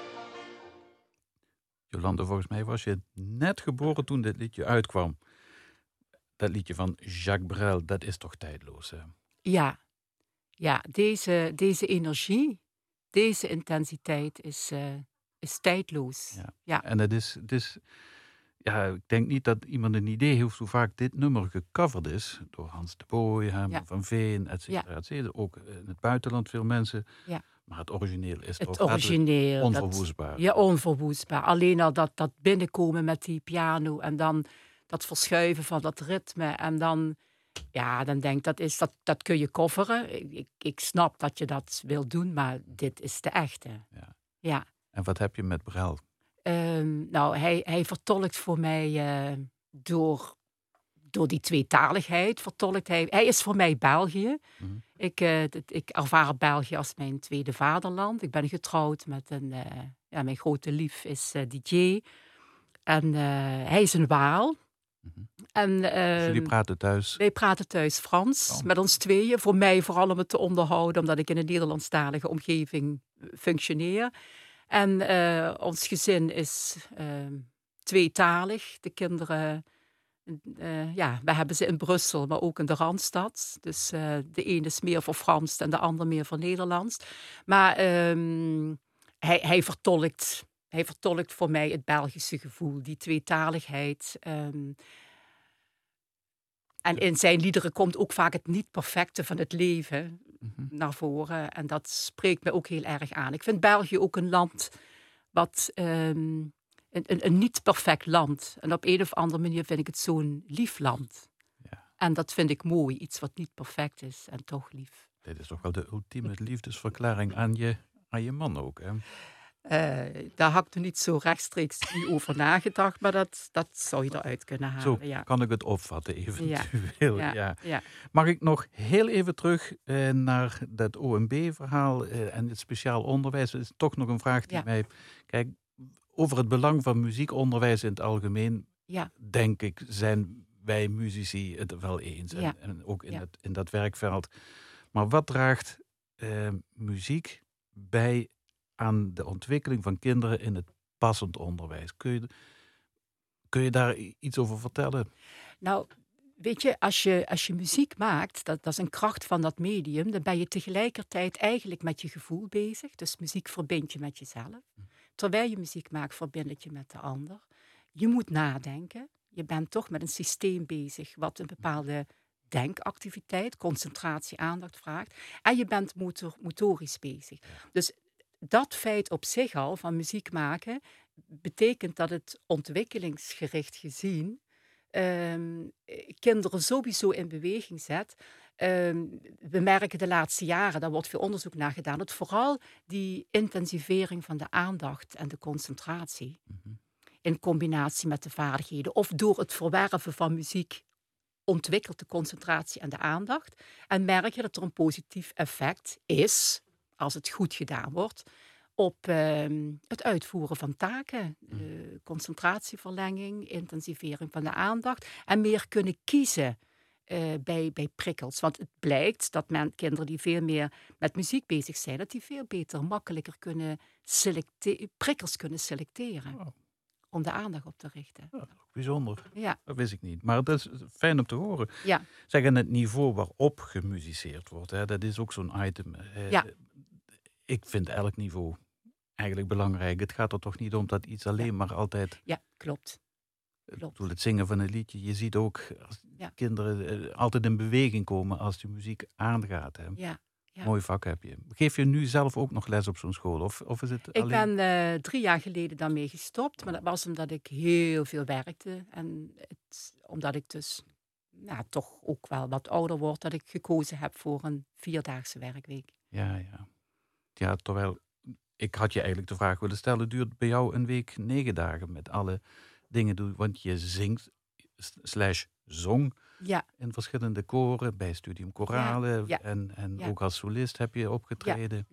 Jolande, volgens mij was je net geboren toen dit liedje uitkwam. Dat liedje van Jacques Brel, dat is toch tijdloos, hè?
Ja, deze energie, deze intensiteit is tijdloos. Ja.
En het is ik denk niet dat iemand een idee heeft hoe vaak dit nummer gecoverd is. Door Hans de Boy, Herman van Veen, et cetera. Ook in het buitenland veel mensen. Ja. Maar het origineel is toch onverwoestbaar.
Onverwoestbaar. Alleen al dat binnenkomen met die piano en dan dat verschuiven van dat ritme. En dan denk ik, dat kun je coveren. Ik snap dat je dat wil doen, maar dit is de echte. Ja.
En wat heb je met Brel?
Hij vertolkt voor mij door die tweetaligheid. Hij is voor mij België. Mm-hmm. Ik ervaar België als mijn tweede vaderland. Ik ben getrouwd met mijn grote lief is DJ. En hij is een Waal.
Mm-hmm.
En,
dus jullie praten thuis?
Wij praten thuis Frans, met ons tweeën. Voor mij vooral om het te onderhouden, omdat ik in een Nederlandstalige omgeving functioneer. En ons gezin is tweetalig. De kinderen, we hebben ze in Brussel, maar ook in de Randstad. Dus de ene is meer voor Frans en de ander meer voor Nederlands. Maar hij vertolkt voor mij het Belgische gevoel, die tweetaligheid. En in zijn liederen komt ook vaak het niet-perfecte van het leven naar voren. En dat spreekt me ook heel erg aan. Ik vind België ook een land wat een niet-perfect land. En op een of andere manier vind ik het zo'n lief land. Ja. En dat vind ik mooi. Iets wat niet perfect is en toch lief.
Dit is toch wel de ultieme liefdesverklaring aan je man ook, hè?
Daar had ik er niet zo rechtstreeks niet over nagedacht, maar dat zou je eruit kunnen halen.
Zo
ja.
kan ik het opvatten, eventueel.
Ja.
Mag ik nog heel even terug naar dat OMB-verhaal en het speciaal onderwijs? Dat is toch nog een vraag die mij... Kijk, over het belang van muziekonderwijs in het algemeen, denk ik, zijn wij muzici het wel eens. En ook in dat werkveld. Maar wat draagt muziek bij aan de ontwikkeling van kinderen in het passend onderwijs? Kun je daar iets over vertellen?
Nou, weet je, als je muziek maakt, dat is een kracht van dat medium, dan ben je tegelijkertijd eigenlijk met je gevoel bezig. Dus muziek verbindt je met jezelf. Terwijl je muziek maakt, verbind het je met de ander. Je moet nadenken. Je bent toch met een systeem bezig wat een bepaalde denkactiviteit, concentratie, aandacht vraagt. En je bent motorisch bezig. Dus dat feit op zich al van muziek maken betekent dat het ontwikkelingsgericht gezien kinderen sowieso in beweging zet. We merken de laatste jaren, daar wordt veel onderzoek naar gedaan, dat vooral die intensivering van de aandacht en de concentratie in combinatie met de vaardigheden of door het verwerven van muziek ontwikkelt de concentratie en de aandacht. En merk je dat er een positief effect is, als het goed gedaan wordt, op het uitvoeren van taken. Concentratieverlenging, intensivering van de aandacht en meer kunnen kiezen bij prikkels. Want het blijkt dat kinderen die veel meer met muziek bezig zijn, dat die veel beter, makkelijker prikkels kunnen selecteren. Oh. Om de aandacht op te richten.
Ja, bijzonder.
Ja.
Dat wist ik niet. Maar dat is fijn om te horen.
Ja.
Zeg, en het niveau waarop gemusiceerd wordt, hè, dat is ook zo'n item. Ik vind elk niveau eigenlijk belangrijk. Het gaat er toch niet om dat iets alleen maar altijd...
Ja, klopt.
Het zingen van een liedje. Je ziet ook als kinderen altijd in beweging komen als de muziek aangaat. Hè.
Ja.
Mooi vak heb je. Geef je nu zelf ook nog les op zo'n school? Of is het alleen...
Ik ben 3 jaar geleden daarmee gestopt. Maar dat was omdat ik heel veel werkte. En omdat ik dus toch ook wel wat ouder word, dat ik gekozen heb voor een 4-daagse werkweek.
Ja, terwijl ik had je eigenlijk de vraag willen stellen, duurt bij jou een week 9 dagen met alle dingen doen? Want je zingt /zong in verschillende koren, bij Studium Chorale en ook als solist heb je opgetreden.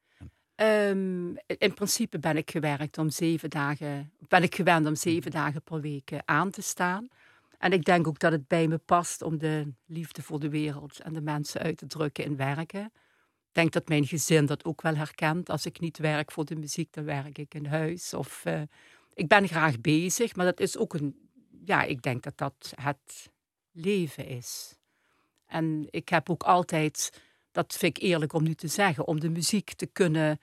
In principe ben ik gewend om 7 dagen per week aan te staan. En ik denk ook dat het bij me past om de liefde voor de wereld en de mensen uit te drukken in werken. Ik denk dat mijn gezin dat ook wel herkent. Als ik niet werk voor de muziek, dan werk ik in huis. Of ik ben graag bezig, maar dat is ook ik denk dat dat het leven is. En ik heb ook altijd, dat vind ik eerlijk om nu te zeggen, om de muziek te kunnen,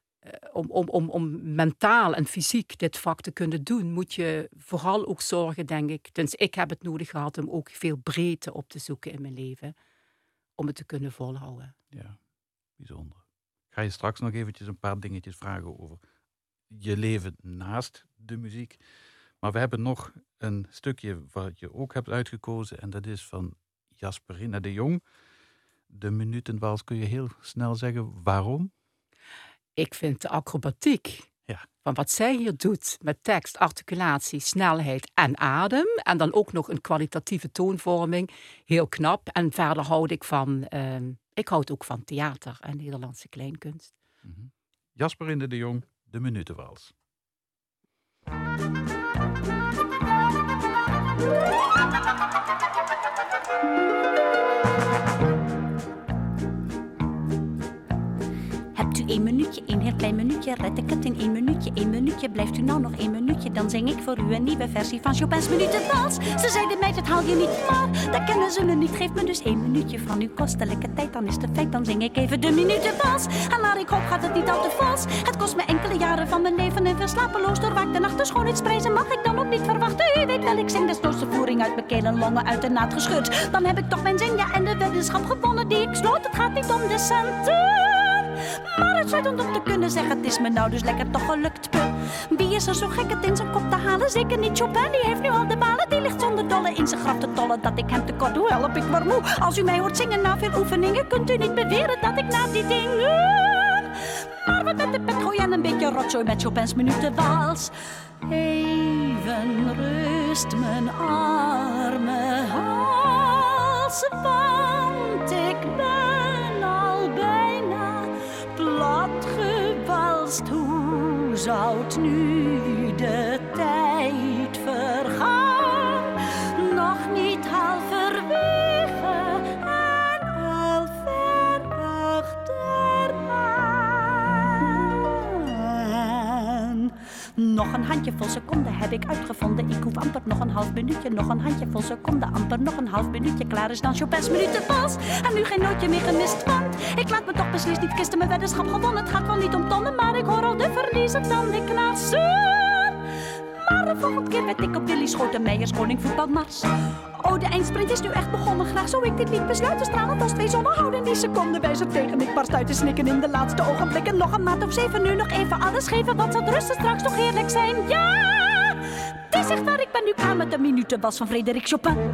om mentaal en fysiek dit vak te kunnen doen, moet je vooral ook zorgen, denk ik. Dus ik heb het nodig gehad om ook veel breedte op te zoeken in mijn leven, om het te kunnen volhouden.
Ja, bijzonder. Ik ga je straks nog eventjes een paar dingetjes vragen over je leven naast de muziek. Maar we hebben nog een stukje wat je ook hebt uitgekozen en dat is van Jasperine de Jong. De Minutenwals, kun je heel snel zeggen waarom?
Ik vind de acrobatiek van wat zij hier doet met tekst, articulatie, snelheid en adem en dan ook nog een kwalitatieve toonvorming heel knap. En verder houd ik ik houd ook van theater en Nederlandse kleinkunst.
Jasperine de Jong, de Minutenwals.
Hebt u 1 minuutje, 1 heel klein minuutje, red ik het in 1 minuutje, 1 minuutje. Blijft u nou nog 1 minuutje, dan zing ik voor u een nieuwe versie van Chopin's Minutenwals. Ze zeiden mij, dat haal je niet, maar dat kennen ze niet. Geef me dus 1 minuutje van uw kostelijke tijd, dan is het feit, dan zing ik even de Minutenwals. En maar ik hoop gaat het niet al te vals. Het kost me enkele jaren van mijn leven en veel slapeloos doorwaakt de nacht. De schoonheidsprijzen mag ik dan ook niet verwachten. U weet wel, ik zing desnoods de voering uit mijn keel en longen uit de naad gescheurd. Dan heb ik toch mijn zin, en de weddenschap gewonnen die ik sloot. Het gaat niet om de centen, maar het zit om te kunnen zeggen, het is me nou dus lekker toch gelukt. Wie is er zo gek het in zijn kop te halen? Zeker niet Chopin, die heeft nu al de balen. Die ligt zonder dolle vallen in zijn graf te tollen dat ik hem tekort doe. Help, ik word moe. Als u mij hoort zingen na veel oefeningen, kunt u niet beweren dat ik na die dingen maar wat met de pet gooi en een beetje rotzooi met Chopin's minutenwals. Even rust mijn arme hals, want ik ben al bijna platgewalst. Hoe zou het nu de tijd vergaan? Nog niet halverwege en al ver achteraan. Nog een handjevol seconden heb ik uitgevonden. Ik hoef amper nog een half minuutje. Nog een handjevol seconden, amper nog een half minuutje. Klaar is dan Chopin's minutenwals. En nu geen nootje meer gemist, want ik laat me toch beslist niet kisten. Mijn weddenschap gewonnen. Het gaat wel niet om tonnen, maar ik hoor al de verliezer dan ik knaarsen. Maar de volgende keer werd ik op Willy Schotenmeijers koning voetbalmars. Oh, de eindsprint is nu echt begonnen. Graag zou ik dit lied besluiten. Stralend als 2 zonnen houden die seconde wijzer tegen. Ik barst uit te snikken in de laatste ogenblikken. Nog een maat of 7, nu nog even alles geven. Wat zal het rusten straks toch heerlijk zijn? Ja, het is echt waar, ik ben nu klaar met de minutenwals van Frédéric Chopin.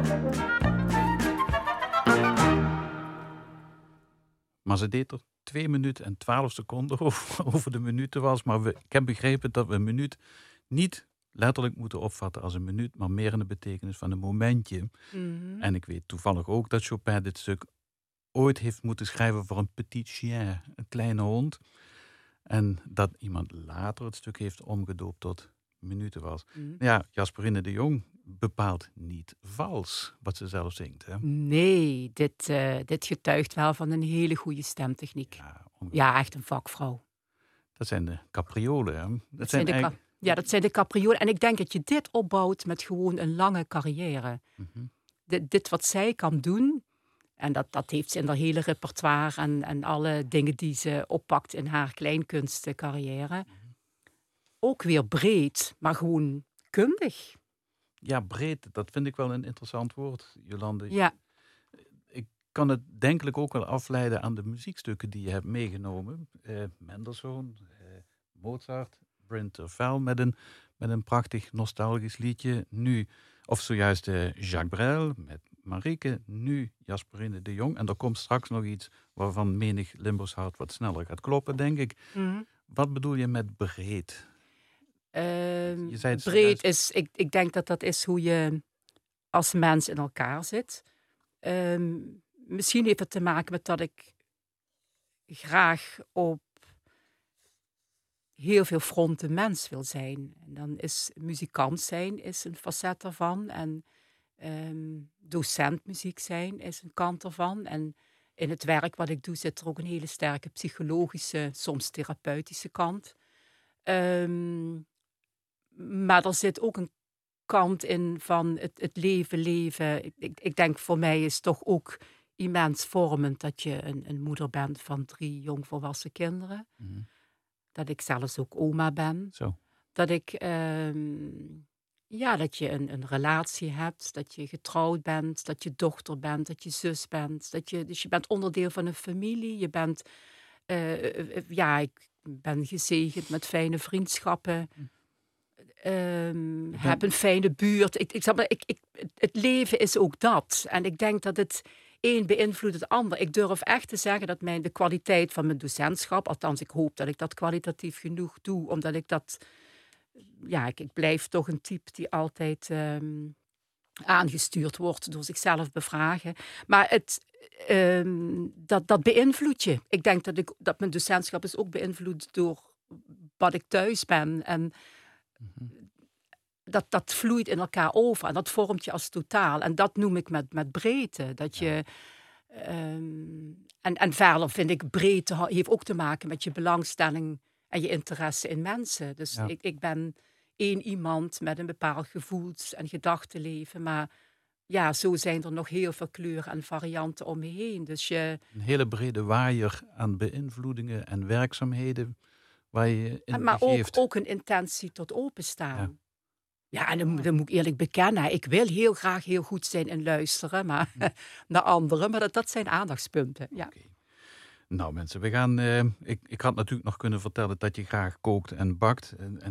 Maar ze deed er 2 minuten en 12 seconden over de minutenwals. Maar ik heb begrepen dat we een minuut niet letterlijk moeten opvatten als een minuut, maar meer in de betekenis van een momentje. Mm-hmm. En ik weet toevallig ook dat Chopin dit stuk ooit heeft moeten schrijven voor een petit chien, een kleine hond. En dat iemand later het stuk heeft omgedoopt tot minutenwals. Mm-hmm. Ja, Jasperine de Jong bepaalt niet vals wat ze zelf zingt. Hè?
Nee, dit getuigt wel van een hele goede stemtechniek. Ja, echt een vakvrouw.
Dat zijn de capriolen. Hè?
Dat zijn de capriolen. En ik denk dat je dit opbouwt met gewoon een lange carrière. Mm-hmm. Dit wat zij kan doen, en dat heeft ze in haar hele repertoire en alle dingen die ze oppakt in haar kleinkunstcarrière. Mm-hmm. Ook weer breed, maar gewoon kundig.
Ja, breed, dat vind ik wel een interessant woord, Jolande.
Ja.
Ik kan het denkelijk ook wel afleiden aan de muziekstukken die je hebt meegenomen. Mendelssohn, Mozart, Bryn Terfel met een prachtig nostalgisch liedje. Nu, of zojuist Jacques Brel met Marieke, nu Jasperine de Jong. En er komt straks nog iets waarvan menig Limburgs hart wat sneller gaat kloppen, denk ik. Mm-hmm. Wat bedoel je met breed?
Breed is, ik denk dat is hoe je als mens in elkaar zit. Misschien heeft het te maken met dat ik graag op heel veel fronten mens wil zijn. En dan is muzikant zijn is een facet daarvan. En docent muziek zijn is een kant ervan. En in het werk wat ik doe zit er ook een hele sterke psychologische, soms therapeutische kant. Maar er zit ook een kant in van het leven. Ik denk voor mij is toch ook immens vormend dat je een moeder bent van 3 jongvolwassen kinderen. Mm-hmm. Dat ik zelfs ook oma ben.
Zo.
Dat ik dat je een relatie hebt, dat je getrouwd bent, dat je dochter bent, dat je zus bent. Dus je bent onderdeel van een familie. Je bent, ik ben gezegend met fijne vriendschappen. Heb een fijne buurt. Het leven is ook dat. En ik denk dat het een beïnvloedt het ander. Ik durf echt te zeggen dat de kwaliteit van mijn docentschap, althans ik hoop dat ik dat kwalitatief genoeg doe, omdat ik dat, ik blijf toch een type die altijd aangestuurd wordt door zichzelf bevragen. Maar dat beïnvloedt je. Ik denk dat mijn docentschap is ook beïnvloed door wat ik thuis ben. En dat vloeit in elkaar over en dat vormt je als totaal. En dat noem ik met breedte. Dat je, en verder vind ik breedte heeft ook te maken met je belangstelling en je interesse in mensen. Dus ik ben één iemand met een bepaald gevoels- en gedachtenleven. Maar ja, zo zijn er nog heel veel kleuren en varianten om me heen. Dus een
hele brede waaier aan beïnvloedingen en werkzaamheden waar je in
maar
begeeft.
ook een intentie tot openstaan. Ja, en dan moet ik eerlijk bekennen, ik wil heel graag heel goed zijn in luisteren naar anderen, maar dat zijn aandachtspunten. Ja.
Okay. Nou mensen, we gaan. Ik had natuurlijk nog kunnen vertellen dat je graag kookt en bakt. En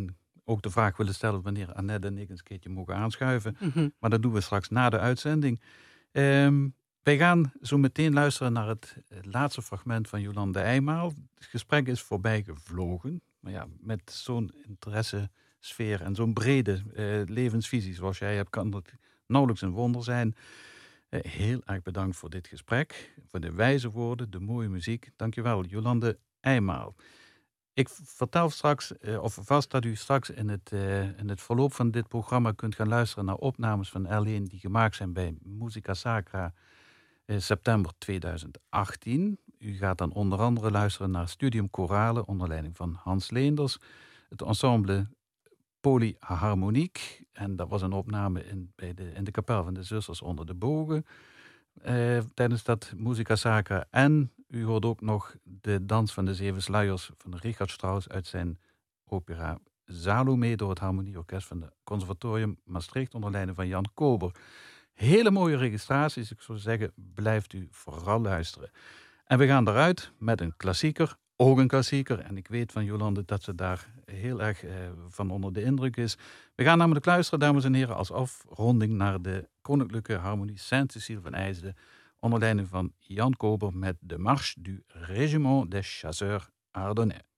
ook de vraag willen stellen wanneer Annette en ik eens een keertje mogen aanschuiven.
Mhm.
Maar dat doen we straks na de uitzending. Wij gaan zo meteen luisteren naar het laatste fragment van Jolande Eymael. Het gesprek is voorbij gevlogen. Maar ja, met zo'n interessesfeer en zo'n brede levensvisie zoals jij hebt, kan het nauwelijks een wonder zijn. Heel erg bedankt voor dit gesprek, voor de wijze woorden, de mooie muziek. Dankjewel, Jolande Eymael. Ik vertel straks, of vast dat u straks in het verloop van dit programma kunt gaan luisteren naar opnames van L1 die gemaakt zijn bij Musica Sacra september 2018. U gaat dan onder andere luisteren naar Studium Chorale onder leiding van Hans Leenders, het ensemble Polyharmoniek. En dat was een opname in de kapel van de Zusters onder de Bogen tijdens dat Musica Sacra. En u hoort ook nog de Dans van de Zeven Sluiers van Richard Strauss uit zijn opera Salome door het Harmonieorkest van het Conservatorium Maastricht onder leiding van Jan Kober. Hele mooie registraties. Ik zou zeggen, blijft u vooral luisteren. En we gaan eruit met een klassieker, ook een klassieker. En ik weet van Jolande dat ze daar heel erg van onder de indruk is. We gaan namelijk luisteren, dames en heren, als afronding naar de Koninklijke Harmonie Sainte-Cécile van IJsden onder leiding van Jan Kober met de Marche du Régiment des Chasseurs Ardennais.